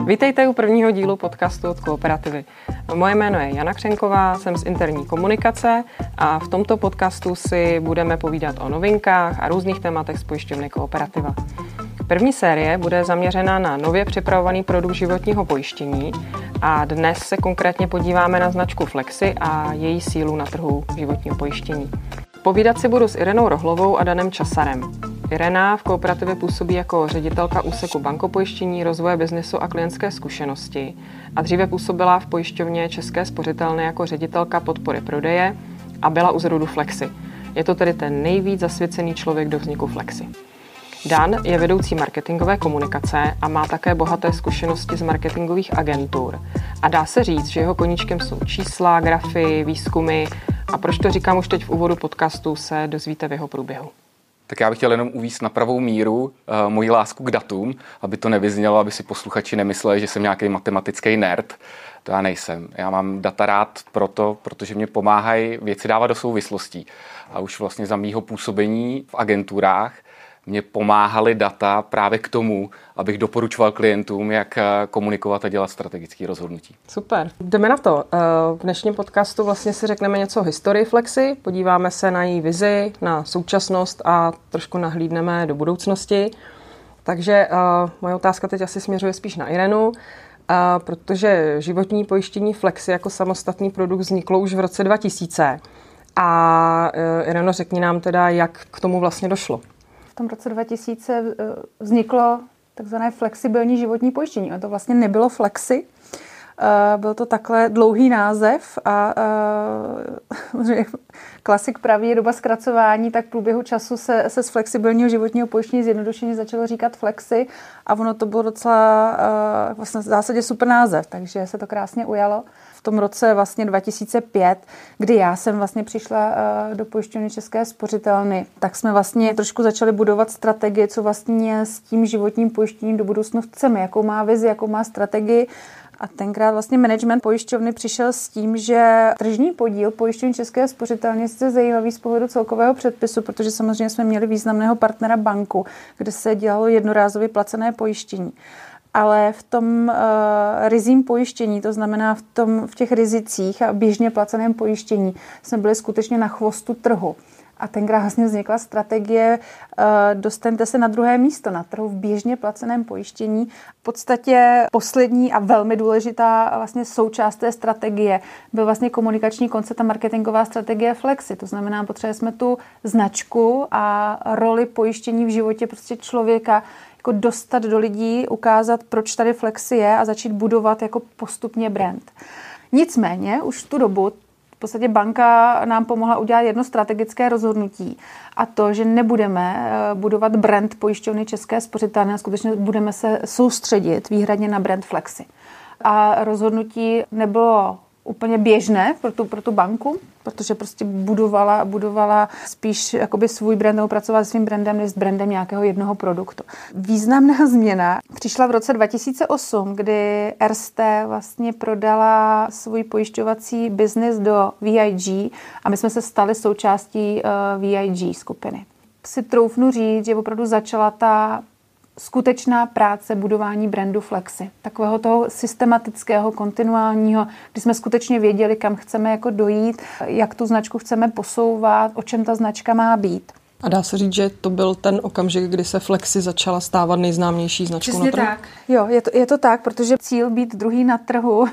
Vítejte u prvního dílu podcastu od Kooperativy. Moje jméno je Jana Křenková, jsem z interní komunikace a v tomto podcastu si budeme povídat o novinkách a různých tématech z pojišťovny Kooperativa. První série bude zaměřena na nově připravovaný produkt životního pojištění a dnes se konkrétně podíváme na značku Flexi a její sílu na trhu životního pojištění. Povídat si budu s Irenou Rohlovou a Danem Časarem. Irena v Kooperativě působí jako ředitelka úseku bankopojištění, rozvoje biznesu a klientské zkušenosti a dříve působila v pojišťovně České spořitelny jako ředitelka podpory prodeje a byla u zrodu Flexi. Je to tedy ten nejvíc zasvěcený člověk do vzniku Flexi. Dan je vedoucí marketingové komunikace a má také bohaté zkušenosti z marketingových agentur. A dá se říct, že jeho koníčkem jsou čísla, grafy, výzkumy a proč to říkám už teď v úvodu podcastu, se dozvíte v jeho průběhu. Tak já bych chtěl jenom uvést na pravou míru moji lásku k datům, aby to nevyznělo, aby si posluchači nemysleli, že jsem nějaký matematický nerd. To já nejsem. Já mám data rád protože mě pomáhají věci dávat do souvislostí. A už vlastně za mýho působení v agenturách mě pomáhaly data právě k tomu, abych doporučoval klientům, jak komunikovat a dělat strategické rozhodnutí. Super. Jdeme na to. V dnešním podcastu vlastně si řekneme něco o historii Flexi, podíváme se na její vizi, na současnost a trošku nahlídneme do budoucnosti. Takže moje otázka teď asi směřuje spíš na Irenu, protože životní pojištění Flexi jako samostatný produkt vzniklo už v roce 2000. A Ireno, řekni nám teda, jak k tomu vlastně došlo. V tom roce 2000 vzniklo takzvané flexibilní životní pojištění. To vlastně nebylo Flexi, byl to takhle dlouhý název a klasik praví je doba zkracování, tak v průběhu času se z flexibilního životního pojištění zjednodušeně začalo říkat Flexi a ono to bylo docela vlastně v zásadě super název, takže se to krásně ujalo. V tom roce vlastně 2005, kdy já jsem vlastně přišla do pojišťovny České spořitelny, tak jsme vlastně trošku začali budovat strategii, co vlastně s tím životním pojištěním do budoucna chceme, jakou má vizi, jakou má strategii. A tenkrát vlastně management pojišťovny přišel s tím, že tržní podíl pojišťovny České spořitelny je zajímavý z pohledu celkového předpisu, protože samozřejmě jsme měli významného partnera banku, kde se dělalo jednorázově placené pojištění. Ale v tom rizím pojištění, to znamená v těch rizicích a běžně placeném pojištění, jsme byli skutečně na chvostu trhu. A tenkrát vlastně vznikla strategie dostaňte se na druhé místo na trhu v běžně placeném pojištění. V podstatě poslední a velmi důležitá vlastně součást té strategie byl vlastně komunikační koncept a marketingová strategie Flexi. To znamená, potřebujeme jsme tu značku a roli pojištění v životě prostě člověka jako dostat do lidí, ukázat, proč tady Flexi je a začít budovat jako postupně brand. Nicméně už v tu dobu v podstatě banka nám pomohla udělat jedno strategické rozhodnutí a to, že nebudeme budovat brand pojišťovny České spořitelny a skutečně budeme se soustředit výhradně na brand Flexi. A rozhodnutí nebylo úplně běžné pro tu banku, protože prostě budovala spíš jakoby svůj brand nebo pracovala s svým brandem než s brandem nějakého jednoho produktu. Významná změna přišla v roce 2008, kdy Erste vlastně prodala svůj pojišťovací biznis do VIG a my jsme se stali součástí VIG skupiny. Si troufnu říct, že opravdu začala ta skutečná práce budování brandu Flexi. Takového toho systematického, kontinuálního, kdy jsme skutečně věděli, kam chceme jako dojít, jak tu značku chceme posouvat, o čem ta značka má být. A dá se říct, že to byl ten okamžik, kdy se Flexi začala stávat nejznámější značkou přesně na trhu? Tak. Jo, je to tak, protože cíl být druhý na trhu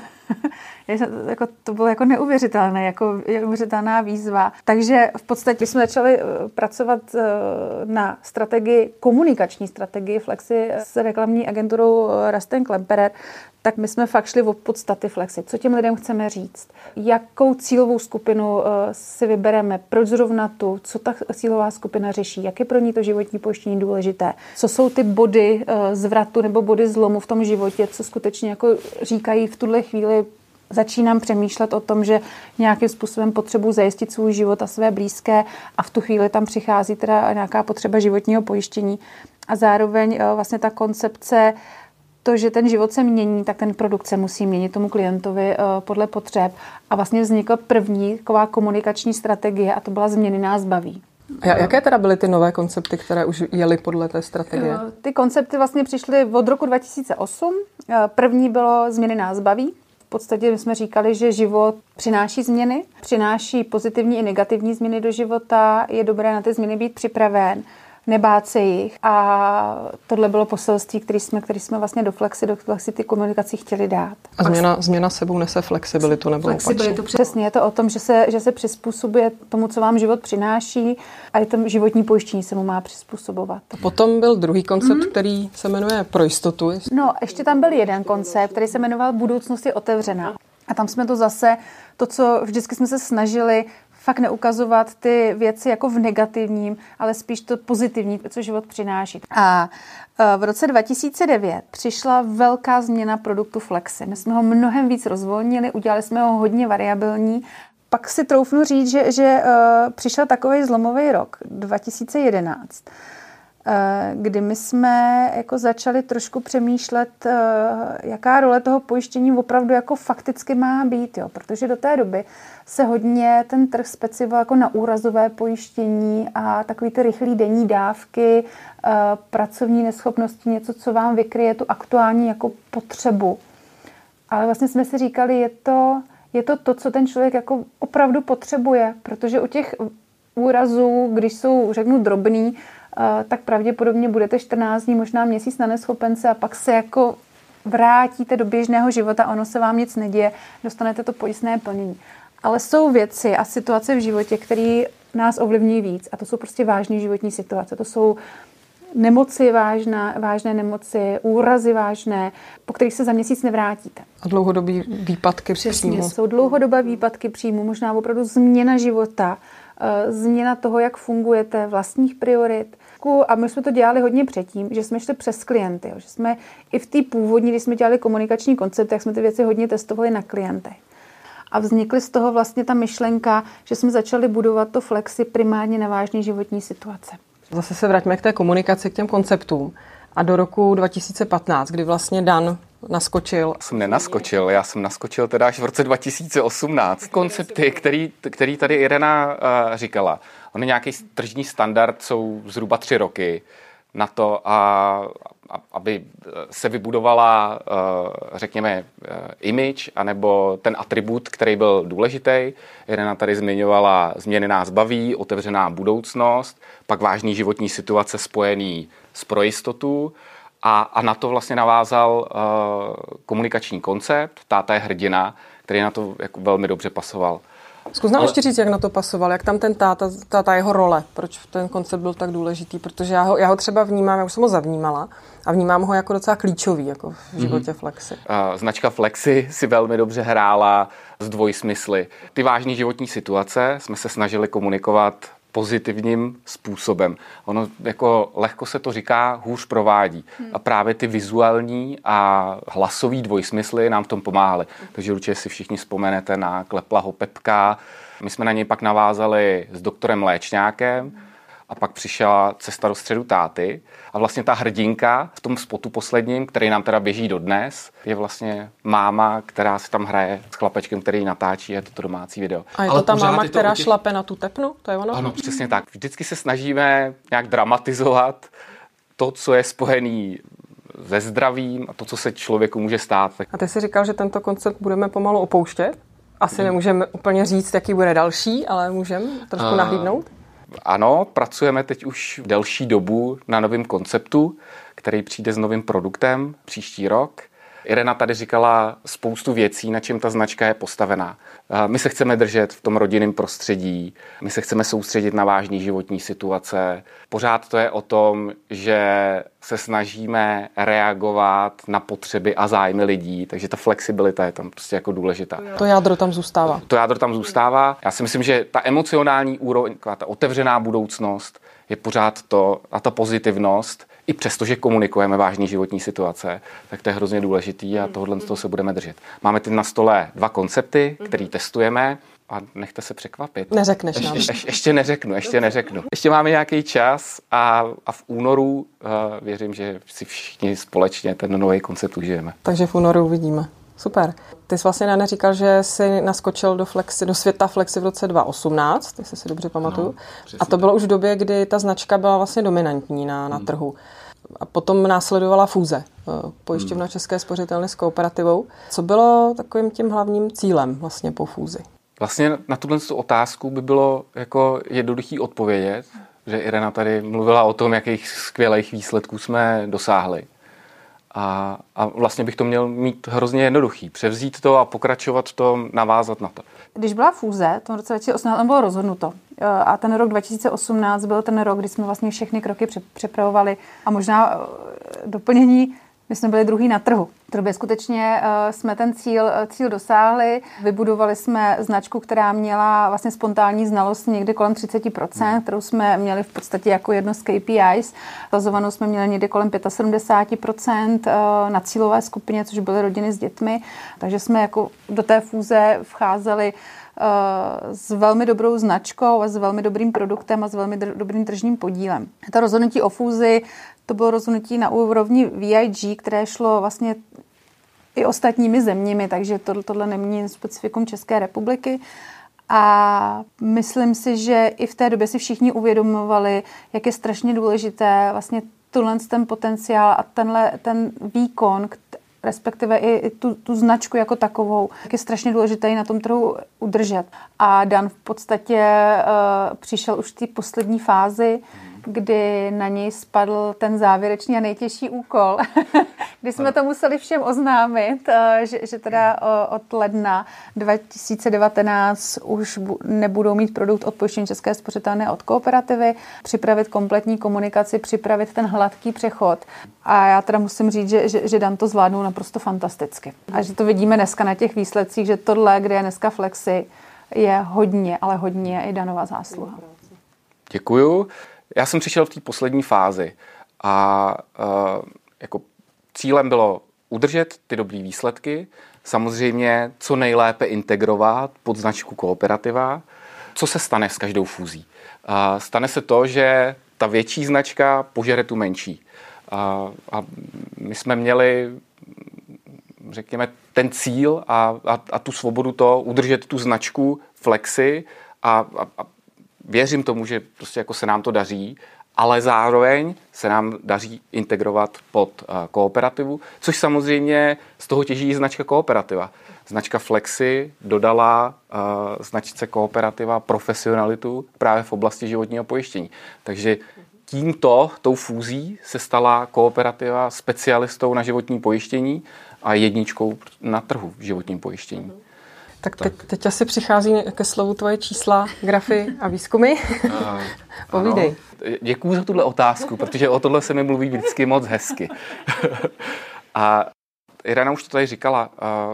to bylo jako neuvěřitelné, jako neuvěřitelná výzva. Takže v podstatě jsme začali pracovat na komunikační strategii Flexi s reklamní agenturou Rasten Klemperer, tak my jsme fakt šli od podstaty Flexi. Co těm lidem chceme říct? Jakou cílovou skupinu si vybereme? Proč zrovna tu? Co ta cílová skupina řeší? Jak je pro ní to životní pojištění důležité? Co jsou ty body zvratu nebo body zlomu v tom životě? Co skutečně jako říkají v tuhle chvíli začínám přemýšlet o tom, že nějakým způsobem potřebuji zajistit svůj život a své blízké a v tu chvíli tam přichází teda nějaká potřeba životního pojištění. A zároveň vlastně ta koncepce, to, že ten život se mění, tak ten produkt se musí měnit tomu klientovi podle potřeb. A vlastně vznikla první taková komunikační strategie a to byla Změny nás baví. A jaké teda byly ty nové koncepty, které už jely podle té strategie? Ty koncepty vlastně přišly od roku 2008, První bylo změny nás baví. V podstatě jsme říkali, že život přináší změny, přináší pozitivní i negativní změny do života, je dobré na ty změny být připraven, nebát se jich. A tohle bylo poselství, který jsme vlastně do Flexity komunikací chtěli dát. A změna sebou nese flexibilitu nebo flexibilitu, přesně. Je to o tom, že se přizpůsobuje tomu, co vám život přináší, a je to životní pojištění se mu má přizpůsobovat. A potom byl druhý koncept, který se jmenuje Pro jistotu. No, ještě tam byl jeden koncept, který se jmenoval Budoucnost je otevřená. A tam jsme to zase, to, co vždycky jsme se snažili fakt neukazovat ty věci jako v negativním, ale spíš to pozitivní, co život přináší. A v roce 2009 přišla velká změna produktu Flexi. My jsme ho mnohem víc rozvolnili, udělali jsme ho hodně variabilní. Pak si troufnu říct, že přišel takový zlomový rok, 2011, kdy my jsme jako začali trošku přemýšlet, jaká role toho pojištění opravdu jako fakticky má být, jo? Protože do té doby se hodně ten trh specifikoval jako na úrazové pojištění a takový ty rychlý denní dávky, pracovní neschopnosti, něco, co vám vykryje tu aktuální jako potřebu. Ale vlastně jsme si říkali, je to, co ten člověk jako opravdu potřebuje, protože u těch úrazů, když jsou, řeknu, drobný, tak pravděpodobně budete 14 dní, možná měsíc na neschopence a pak se jako vrátíte do běžného života, ono se vám nic neděje, dostanete to pojistné plnění. Ale jsou věci a situace v životě, které nás ovlivní víc, a to jsou prostě vážné životní situace. To jsou nemoci vážné nemoci, úrazy vážné, po kterých se za měsíc nevrátíte. A dlouhodobý výpadky příjmu. Jsou dlouhodobé výpadky příjmu, možná opravdu změna života, změna toho, jak fungujete, vlastních priorit. A my jsme to dělali hodně předtím, že jsme šli přes klienty. Jo. Že jsme i v té původní, když jsme dělali komunikační koncept, tak jsme ty věci hodně testovali na klientech. A vznikly z toho vlastně ta myšlenka, že jsme začali budovat to Flexi primárně na vážné životní situace. Zase se vraťme k té komunikaci, k těm konceptům. A do roku 2015, kdy vlastně Dan naskočil. Já jsem naskočil teda až v roce 2018. Koncepty, který tady Irena říkala. On nějaký tržní standard jsou zhruba 3 roky na to, aby se vybudovala, řekněme, image, anebo ten atribut, který byl důležitý. Irena tady zmiňovala změny nás baví, otevřená budoucnost, pak vážný životní situace spojený s pro jistotu. A na to vlastně navázal komunikační koncept, Táta je hrdina, který na to jako velmi dobře pasoval. Zkus nám ještě říct, jak na to pasoval, jak tam ten táta jeho role, proč ten koncept byl tak důležitý, protože já ho třeba vnímám, já už jsem ho zavnímala a vnímám ho jako docela klíčový jako v životě Flexi. Značka Flexi si velmi dobře hrála s dvojsmysly. Ty vážné životní situace jsme se snažili komunikovat pozitivním způsobem. Ono jako lehko se to říká, hůř provádí. A právě ty vizuální a hlasový dvojsmysly nám v tom pomáhaly. Takže určitě si všichni vzpomenete na Kleplaho Pepka. My jsme na něj pak navázali s doktorem Léčňákem a pak přišla Cesta do středu táty. A vlastně ta hrdinka v tom spotu posledním, který nám teda běží dodnes, je vlastně máma, která se tam hraje s chlapečkem, který natáčí, je to domácí video. A je to ta máma, která šlape na tu tepnu? To je ono? Ano, přesně tak. Vždycky se snažíme nějak dramatizovat to, co je spojený se zdravím a to, co se člověku může stát. A ty jsi říkal, že tento koncept budeme pomalu opouštět? Asi nemůžeme úplně říct, jaký bude další, ale můžeme trošku nahlídnout? Ano, pracujeme teď už delší dobu na novém konceptu, který přijde s novým produktem příští rok. Irena tady říkala spoustu věcí, na čem ta značka je postavená. My se chceme držet v tom rodinném prostředí, my se chceme soustředit na vážné životní situace. Pořád to je o tom, že se snažíme reagovat na potřeby a zájmy lidí, takže ta flexibilita je tam prostě jako důležitá. To jádro tam zůstává. To jádro tam zůstává. Já si myslím, že ta emocionální úroveň, ta otevřená budoucnost je pořád to a ta pozitivnost, i přesto, že komunikujeme vážné životní situace, tak to je hrozně důležitý a tohle z toho se budeme držet. Máme teď na stole 2 koncepty, které testujeme a nechte se překvapit. Neřekneš nám. Ještě neřeknu. Ještě máme nějaký čas a v únoru věřím, že si všichni společně ten nový koncept užijeme. Takže v únoru uvidíme. Super. Ty jsi vlastně neříkal, že jsi naskočil do světa Flexi v roce 2018, jestli si dobře pamatuju. No, a to bylo už v době, kdy ta značka byla vlastně dominantní na trhu. A potom následovala fúze pojišťovna České spořitelny s Kooperativou. Co bylo takovým tím hlavním cílem vlastně po fúzi? Vlastně na tuhle otázku by bylo jako jednoduchý odpovědět, že Irena tady mluvila o tom, jakých skvělých výsledků jsme dosáhli. A vlastně bych to měl mít hrozně jednoduchý. Převzít to a pokračovat v tom, navázat na to. Když byla fúze, v tom roce 2018 bylo rozhodnuto. A ten rok 2018 byl ten rok, kdy jsme vlastně všechny kroky připravovali. A možná doplnění, my jsme byli druhý na trhu. V době skutečně jsme ten cíl dosáhli. Vybudovali jsme značku, která měla vlastně spontánní znalost někde kolem 30%, kterou jsme měli v podstatě jako jedno z KPIs. Zazovanou jsme měli někde kolem 75% na cílové skupině, což byly rodiny s dětmi. Takže jsme jako do té fúze vcházeli s velmi dobrou značkou a s velmi dobrým produktem a s velmi dobrým tržním podílem. To rozhodnutí o fúzi, to bylo rozhodnutí na úrovni VIG, které šlo vlastně i ostatními zeměmi, takže tohle není specifikum České republiky. A myslím si, že i v té době si všichni uvědomovali, jak je strašně důležité vlastně ten potenciál a ten výkon, respektive i tu značku jako takovou, jak je strašně důležité ji na tom trhu udržet. A Dan v podstatě přišel už v té poslední fázi, kdy na něj spadl ten závěrečný a nejtěžší úkol, kdy jsme to museli všem oznámit, že teda od ledna 2019 už nebudou mít produkt od pojištění České spořitelny a od Kooperativy, připravit kompletní komunikaci, připravit ten hladký přechod. A já teda musím říct, že Dan to zvládnul naprosto fantasticky. A že to vidíme dneska na těch výsledcích, že tohle, kde je dneska Flexi, je hodně, ale hodně i Danova zásluha. Děkuju. Já jsem přišel v té poslední fázi a jako cílem bylo udržet ty dobré výsledky, samozřejmě co nejlépe integrovat pod značku Kooperativa. Co se stane s každou fúzí? Stane se to, že ta větší značka požere tu menší. A my jsme měli, řekněme, ten cíl a tu svobodu to udržet tu značku Flexi a věřím tomu, že prostě jako se nám to daří, ale zároveň se nám daří integrovat pod Kooperativu, což samozřejmě z toho těží značka Kooperativa. Značka Flexi dodala značce Kooperativa profesionalitu právě v oblasti životního pojištění. Takže tou fúzí se stala Kooperativa specialistou na životní pojištění a jedničkou na trhu v životním pojištění. Tak teď asi přichází ke slovu tvoje čísla, grafy a výzkumy. Povídej. Děkuju za tuhle otázku, protože o tohle se mi mluví vždycky moc hezky. A Irena už to tady říkala,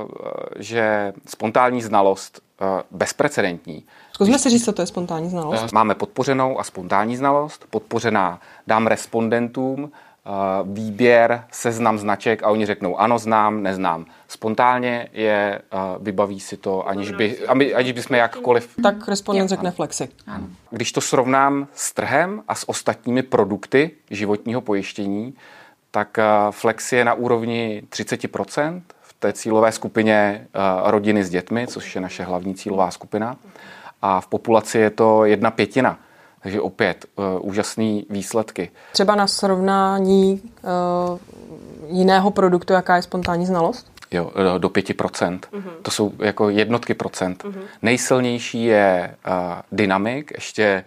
že spontánní znalost bezprecedentní. Zkusme si říct, co to je spontánní znalost. Máme podpořenou a spontánní znalost. Podpořená dám respondentům výběr, seznam značek a oni řeknou ano, znám, neznám. Spontánně je vybaví si to, aniž bychom jakkoliv... Tak respondent řekne Flexi. Ano. Když to srovnám s trhem a s ostatními produkty životního pojištění, tak Flexi je na úrovni 30% v té cílové skupině rodiny s dětmi, což je naše hlavní cílová skupina. A v populaci je to 1/5. Takže opět úžasné výsledky. Třeba na srovnání jiného produktu, jaká je spontánní znalost? Jo, do 5%. To jsou jako jednotky procent. Nejsilnější je Dynamik, ještě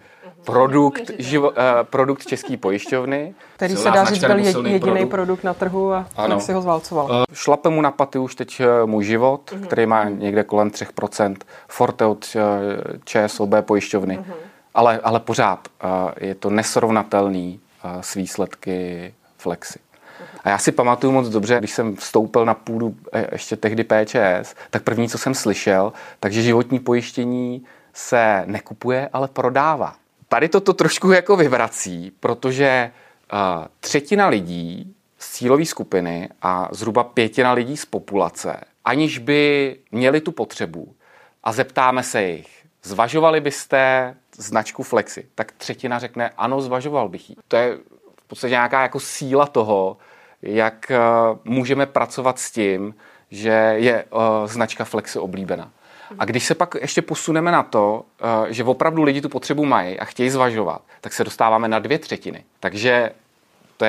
produkt České pojišťovny. Který se dá říct byl jediný produkt na trhu a tak si ho zválcoval. Šlape mu na paty už teď Můj život, který má někde kolem 3%. Forte od ČSOB pojišťovny. Ale pořád je to nesrovnatelný s výsledky Flexi. A já si pamatuju moc dobře, když jsem vstoupil na půdu ještě tehdy PČS, tak první, co jsem slyšel, takže životní pojištění se nekupuje, ale prodává. Tady to trošku jako vyvrací, protože 1/3 lidí z cílové skupiny a zhruba 1/5 lidí z populace, aniž by měli tu potřebu a zeptáme se jich, zvažovali byste značku Flexi, tak 1/3 řekne ano, zvažoval bych ji. To je v podstatě nějaká jako síla toho, jak můžeme pracovat s tím, že je značka Flexi oblíbená. A když se pak ještě posuneme na to, že opravdu lidi tu potřebu mají a chtějí zvažovat, tak se dostáváme na 2/3. Takže to je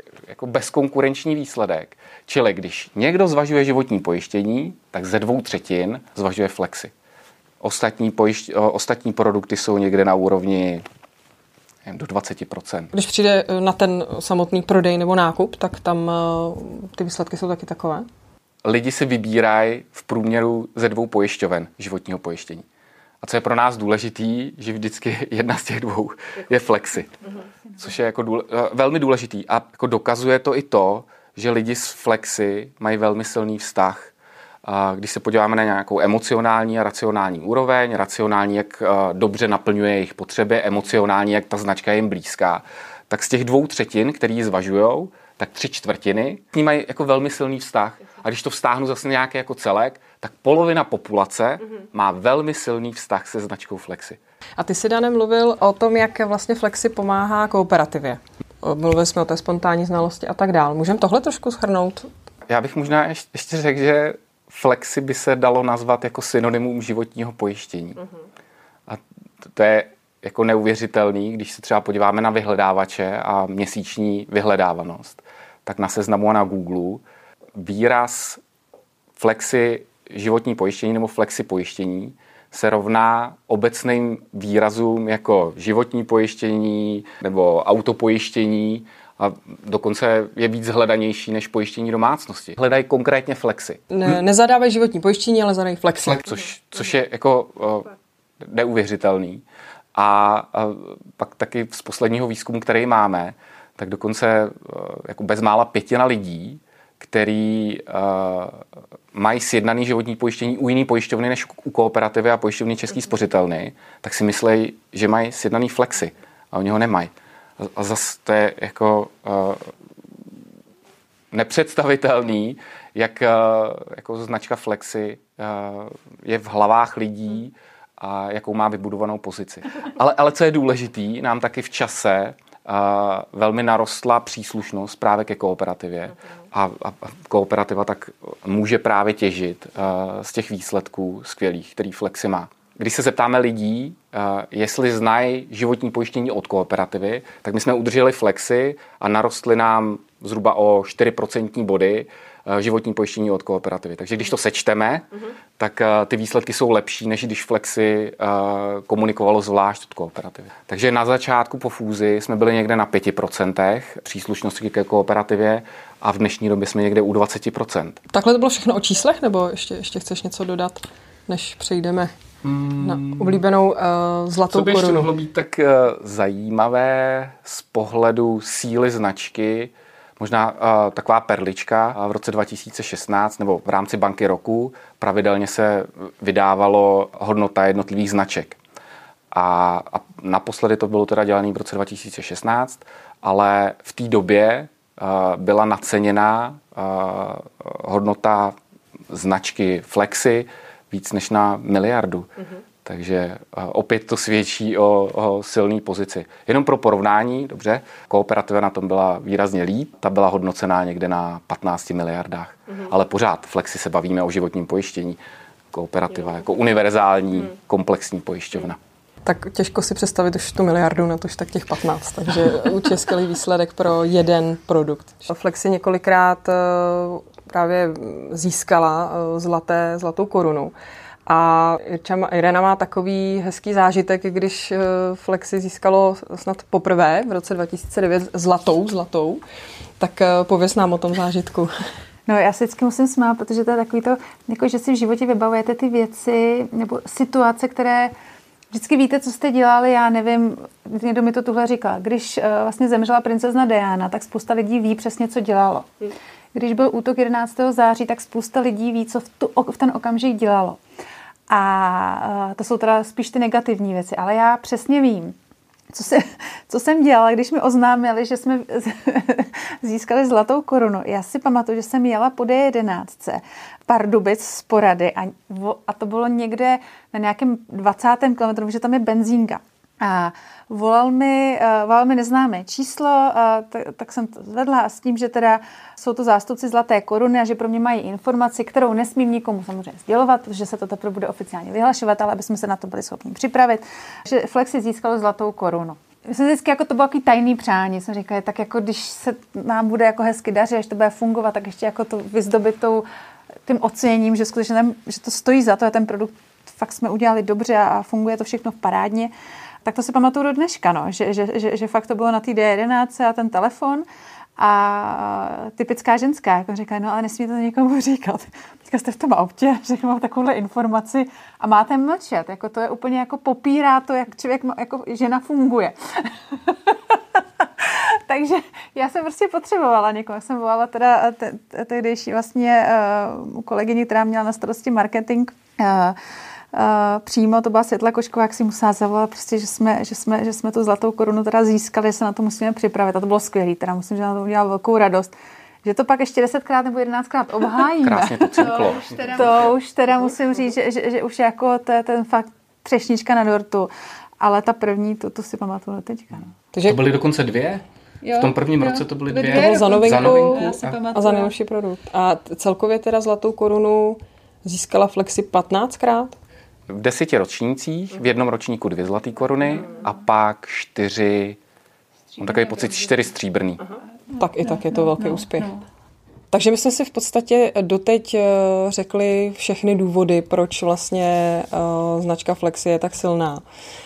jako bezkonkurenční výsledek. Čili když někdo zvažuje životní pojištění, tak ze 2/3 zvažuje flexi. Ostatní produkty jsou někde na úrovni do 20%. Když přijde na ten samotný prodej nebo nákup, tak tam ty výsledky jsou taky takové? Lidi si vybírají v průměru ze 2 pojišťoven životního pojištění. A co je pro nás důležitý, že vždycky jedna z těch 2 je flexi. Což je jako velmi důležitý. A jako dokazuje to i to, že lidi s flexi mají velmi silný vztah. A když se podíváme na nějakou emocionální a racionální úroveň, racionální, jak dobře naplňuje jejich potřeby, emocionální, jak ta značka je jim blízká, tak z těch 2/3, který ji zvažujou, tak 3/4 k ní mají jako velmi silný vztah. A když to vztáhnu zase nějaký jako celek, tak polovina populace má velmi silný vztah se značkou flexi. A ty si, Dane, mluvil o tom, jak vlastně flexi pomáhá kooperativě. Mluvili jsme o té spontánní znalosti a tak dál. Můžeme tohle trošku shrnout? Já bych možná ještě řekl, že flexi by se dalo nazvat jako synonymum životního pojištění. A to je jako neuvěřitelný, když se třeba podíváme na vyhledávače a měsíční vyhledávanost, tak na Seznamu a na Google výraz flexi životní pojištění nebo flexi pojištění se rovná obecným výrazům jako životní pojištění nebo autopojištění a dokonce je víc hledanější než pojištění domácnosti. Hledají konkrétně flexi. Nezadávají životní pojištění, ale zadají flexi. Což je jako neuvěřitelný. A pak taky z posledního výzkumu, který máme, tak dokonce jako bezmála 1/5 lidí, který mají sjednaný životní pojištění u jiný pojišťovny než u Kooperativy a pojišťovny Český spořitelny, tak si myslejí, že mají sjednaný flexi a oni ho nemají. A zase to je jako nepředstavitelný, jak jako značka flexi je v hlavách lidí a jakou má vybudovanou pozici. Ale co je důležitý, nám taky v čase velmi narostla příslušnost právě ke Kooperativě a Kooperativa tak může právě těžit z těch výsledků skvělých, který flexi má. Když se zeptáme lidí, jestli znají životní pojištění od Kooperativy, tak my jsme udrželi flexi a narostly nám zhruba o 4% body životní pojištění od Kooperativy. Takže když to sečteme, tak ty výsledky jsou lepší, než když flexi komunikovalo zvlášť od Kooperativy. Takže na začátku po fúzi jsme byli někde na 5% příslušnosti ke Kooperativě a v dnešní době jsme někde u 20%. Takhle to bylo všechno o číslech, nebo ještě chceš něco dodat, než přejdeme na oblíbenou zlatou korunu? Co by ještě mohlo být tak zajímavé z pohledu síly značky, možná taková perlička. V roce 2016 nebo v rámci Banky roku pravidelně se vydávalo hodnota jednotlivých značek. A naposledy to bylo teda dělané v roce 2016, ale v té době byla naceněná hodnota značky Flexi víc než na miliardu. Takže opět to svědčí o silné pozici. Jenom pro porovnání, dobře, Kooperativa na tom byla výrazně líp, ta byla hodnocená někde na 15 miliardách. Ale pořád Flexi se bavíme o životním pojištění. Kooperativa jako univerzální komplexní pojišťovna. Tak těžko si představit už tu miliardu, na tož tak těch 15, takže určitě skvělý výsledek pro jeden produkt. Flexi několikrát právě získala zlatou korunu. A Irena má takový hezký zážitek, když Flexi získalo snad poprvé v roce 2009 zlatou, tak pověz nám o tom zážitku. No, já se vždycky musím smát, protože to je takový to, jako že si v životě vybavujete ty věci nebo situace, které vždycky víte, co jste dělali, já nevím, někdo mi to tuhle říkal. Když vlastně zemřela princezna Diana, tak spousta lidí ví přesně, co dělalo. Když byl útok 11. září, tak spousta lidí ví, co v ten okamžik dělalo. A to jsou teda spíš ty negativní věci, ale já přesně vím, co jsem dělala, když mi oznámili, že jsme získali zlatou korunu. Já si pamatuju, že jsem jela po D11 Pardubic z Porady a to bylo někde na nějakém 20. kilometru, protože tam je benzínka. A volal mi neznámé číslo, tak jsem to zvedla a s tím, že teda jsou to zástupci zlaté koruny a že pro mě mají informaci, kterou nesmím nikomu samozřejmě sdělovat, protože se to teprve bude oficiálně vyhlašovat, ale aby jsme se na to byli schopni připravit, že Flexi získalo zlatou korunu. Myslím vždycky, jako to bylo takový tajný přání. Jsem říkala, tak jako když se nám bude jako hezky dařit, až to bude fungovat, tak ještě jako to vyzdobit tím oceněním, že skutečně že to stojí za to a ten produkt fakt jsme udělali dobře a funguje to všechno parádně. Tak to si pamatuju do dneška, no, že fakt to bylo na té D11 a ten telefon a typická ženská, jako říkala, no ale nesmíte to nikomu říkat. Teďka jste v tom autě, řeknu vám takovouhle informaci a máte mlčet, jako to je úplně jako popírá to, jak člověk, jako žena funguje. Takže já jsem prostě potřebovala někoho. Já jsem volala teda tehdejší vlastně kolegyni, která měla na starosti marketing, přímo, to byla Světla Košková, jak si musela zavolat, prostě, že jsme tu zlatou korunu teda získali, že se na to musíme připravit. A to bylo skvělé, teda musím, že na to udělal velkou radost. Že to pak ještě 10krát nebo 11krát obhájíme. Krásně to cyklo. To už teda musím říct, že už jako to je ten fakt třešnička na dortu. Ale ta první, to si pamatuju do teďka. Takže to byly dokonce 2? Jo, v tom prvním roce to byly 2. To bylo za novinku a za nejlepší produkt. A celkově teda zlatou korunu získala Flexi 15krát? V 10 ročnících, v jednom ročníku 2 zlaté koruny a pak 4, mám takový pocit, 4 stříbrný. Tak i tak je to velký úspěch. Takže my jsme si v podstatě doteď řekli všechny důvody, proč vlastně značka Flexi je tak silná.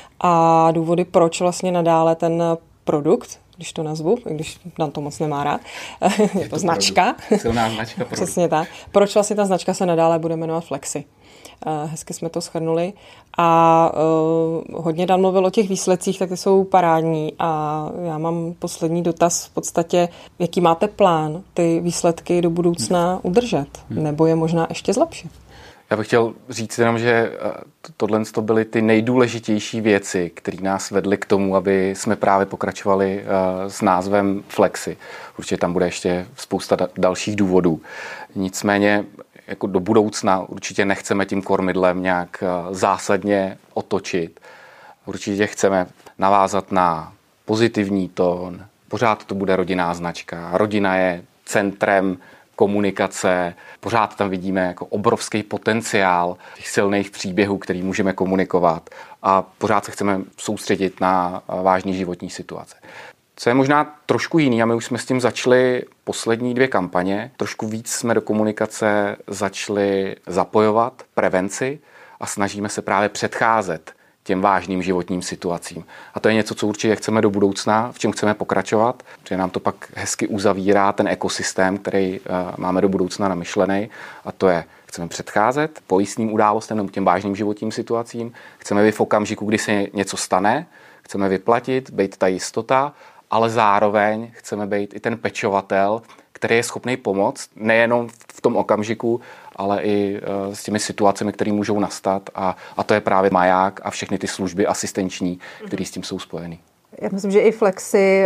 A důvody, proč vlastně nadále ten produkt, když to nazvu, i když Dan to moc nemá rád, je to značka. Silná značka. Přesně tak. Proč vlastně ta značka se nadále bude jmenovat Flexi. Hezky jsme to shrnuli. A hodně Dan mluvil o těch výsledcích, tak ty jsou parádní. A já mám poslední dotaz v podstatě, jaký máte plán ty výsledky do budoucna udržet? Nebo je možná ještě zlepšit? Já bych chtěl říct jenom, že tohle to byly ty nejdůležitější věci, které nás vedly k tomu, aby jsme právě pokračovali s názvem Flexi. Určitě tam bude ještě spousta dalších důvodů. Nicméně jako do budoucna určitě nechceme tím kormidlem nějak zásadně otočit. Určitě chceme navázat na pozitivní tón. Pořád to bude rodinná značka. Rodina je centrem komunikace. Pořád tam vidíme jako obrovský potenciál těch silných příběhů, který můžeme komunikovat a pořád se chceme soustředit na vážné životní situace. Co je možná trošku jiný, a my už jsme s tím začali poslední 2 kampaně, trošku víc jsme do komunikace začali zapojovat prevenci a snažíme se právě předcházet těm vážným životním situacím. A to je něco, co určitě chceme do budoucna, v čem chceme pokračovat, protože nám to pak hezky uzavírá ten ekosystém, který máme do budoucna namyšlený. A to je, chceme předcházet pojistným událostem nebo těm vážným životním situacím, chceme být v okamžiku, kdy se něco stane, chceme vyplatit, být ta jistota, ale zároveň chceme být i ten pečovatel, který je schopný pomoct nejenom v tom okamžiku, ale i s těmi situacemi, které můžou nastat a to je právě maják a všechny ty služby asistenční, které s tím jsou spojeny. Já myslím, že i Flexi,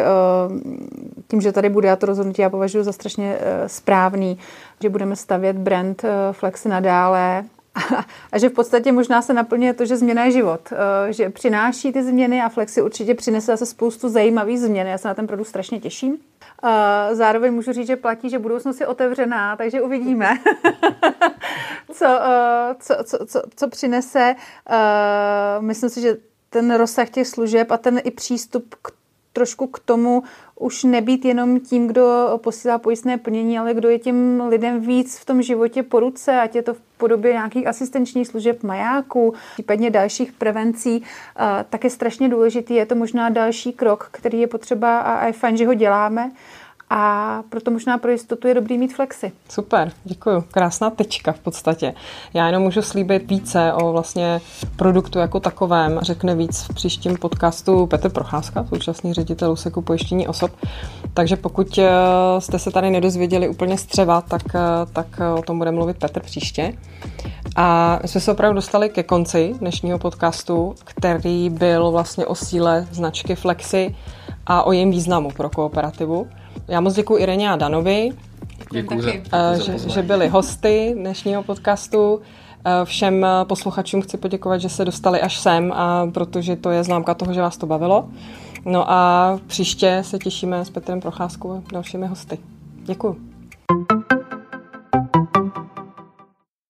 tím, že tady bude, já to rozhodnutí já považuji za strašně správný, že budeme stavět brand Flexi nadále a že v podstatě možná se naplňuje to, že změna je život, že přináší ty změny a Flexi určitě přinese zase spoustu zajímavých změn. Já se na ten produkt strašně těším. Zároveň můžu říct, že platí, že budoucnost je otevřená, takže uvidíme, co přinese. Myslím si, že ten rozsah těch služeb a ten i přístup trošku k tomu už nebýt jenom tím, kdo posílá pojistné plnění, ale kdo je tím lidem víc v tom životě po ruce, ať je to v podobě nějakých asistenčních služeb, majáků, případně dalších prevencí, tak je strašně důležitý. Je to možná další krok, který je potřeba a je fajn, že ho děláme. A proto možná pro jistotu je dobrý mít Flexi. Super, děkuju. Krásná tečka v podstatě. Já jenom můžu slíbit více o vlastně produktu jako takovém. Řekne víc v příštím podcastu Petr Procházka, současný ředitel úseku pojištění osob. Takže pokud jste se tady nedozvěděli úplně střeva, tak o tom bude mluvit Petr příště. A my jsme se opravdu dostali ke konci dnešního podcastu, který byl vlastně o síle značky Flexi a o jejím významu pro kooperativu. Já moc děkuji Ireně a Danovi, že byli hosty dnešního podcastu. Všem posluchačům chci poděkovat, že se dostali až sem, a protože to je známka toho, že vás to bavilo. No a příště se těšíme s Petrem Procházkou a dalšími hosty. Děkuji.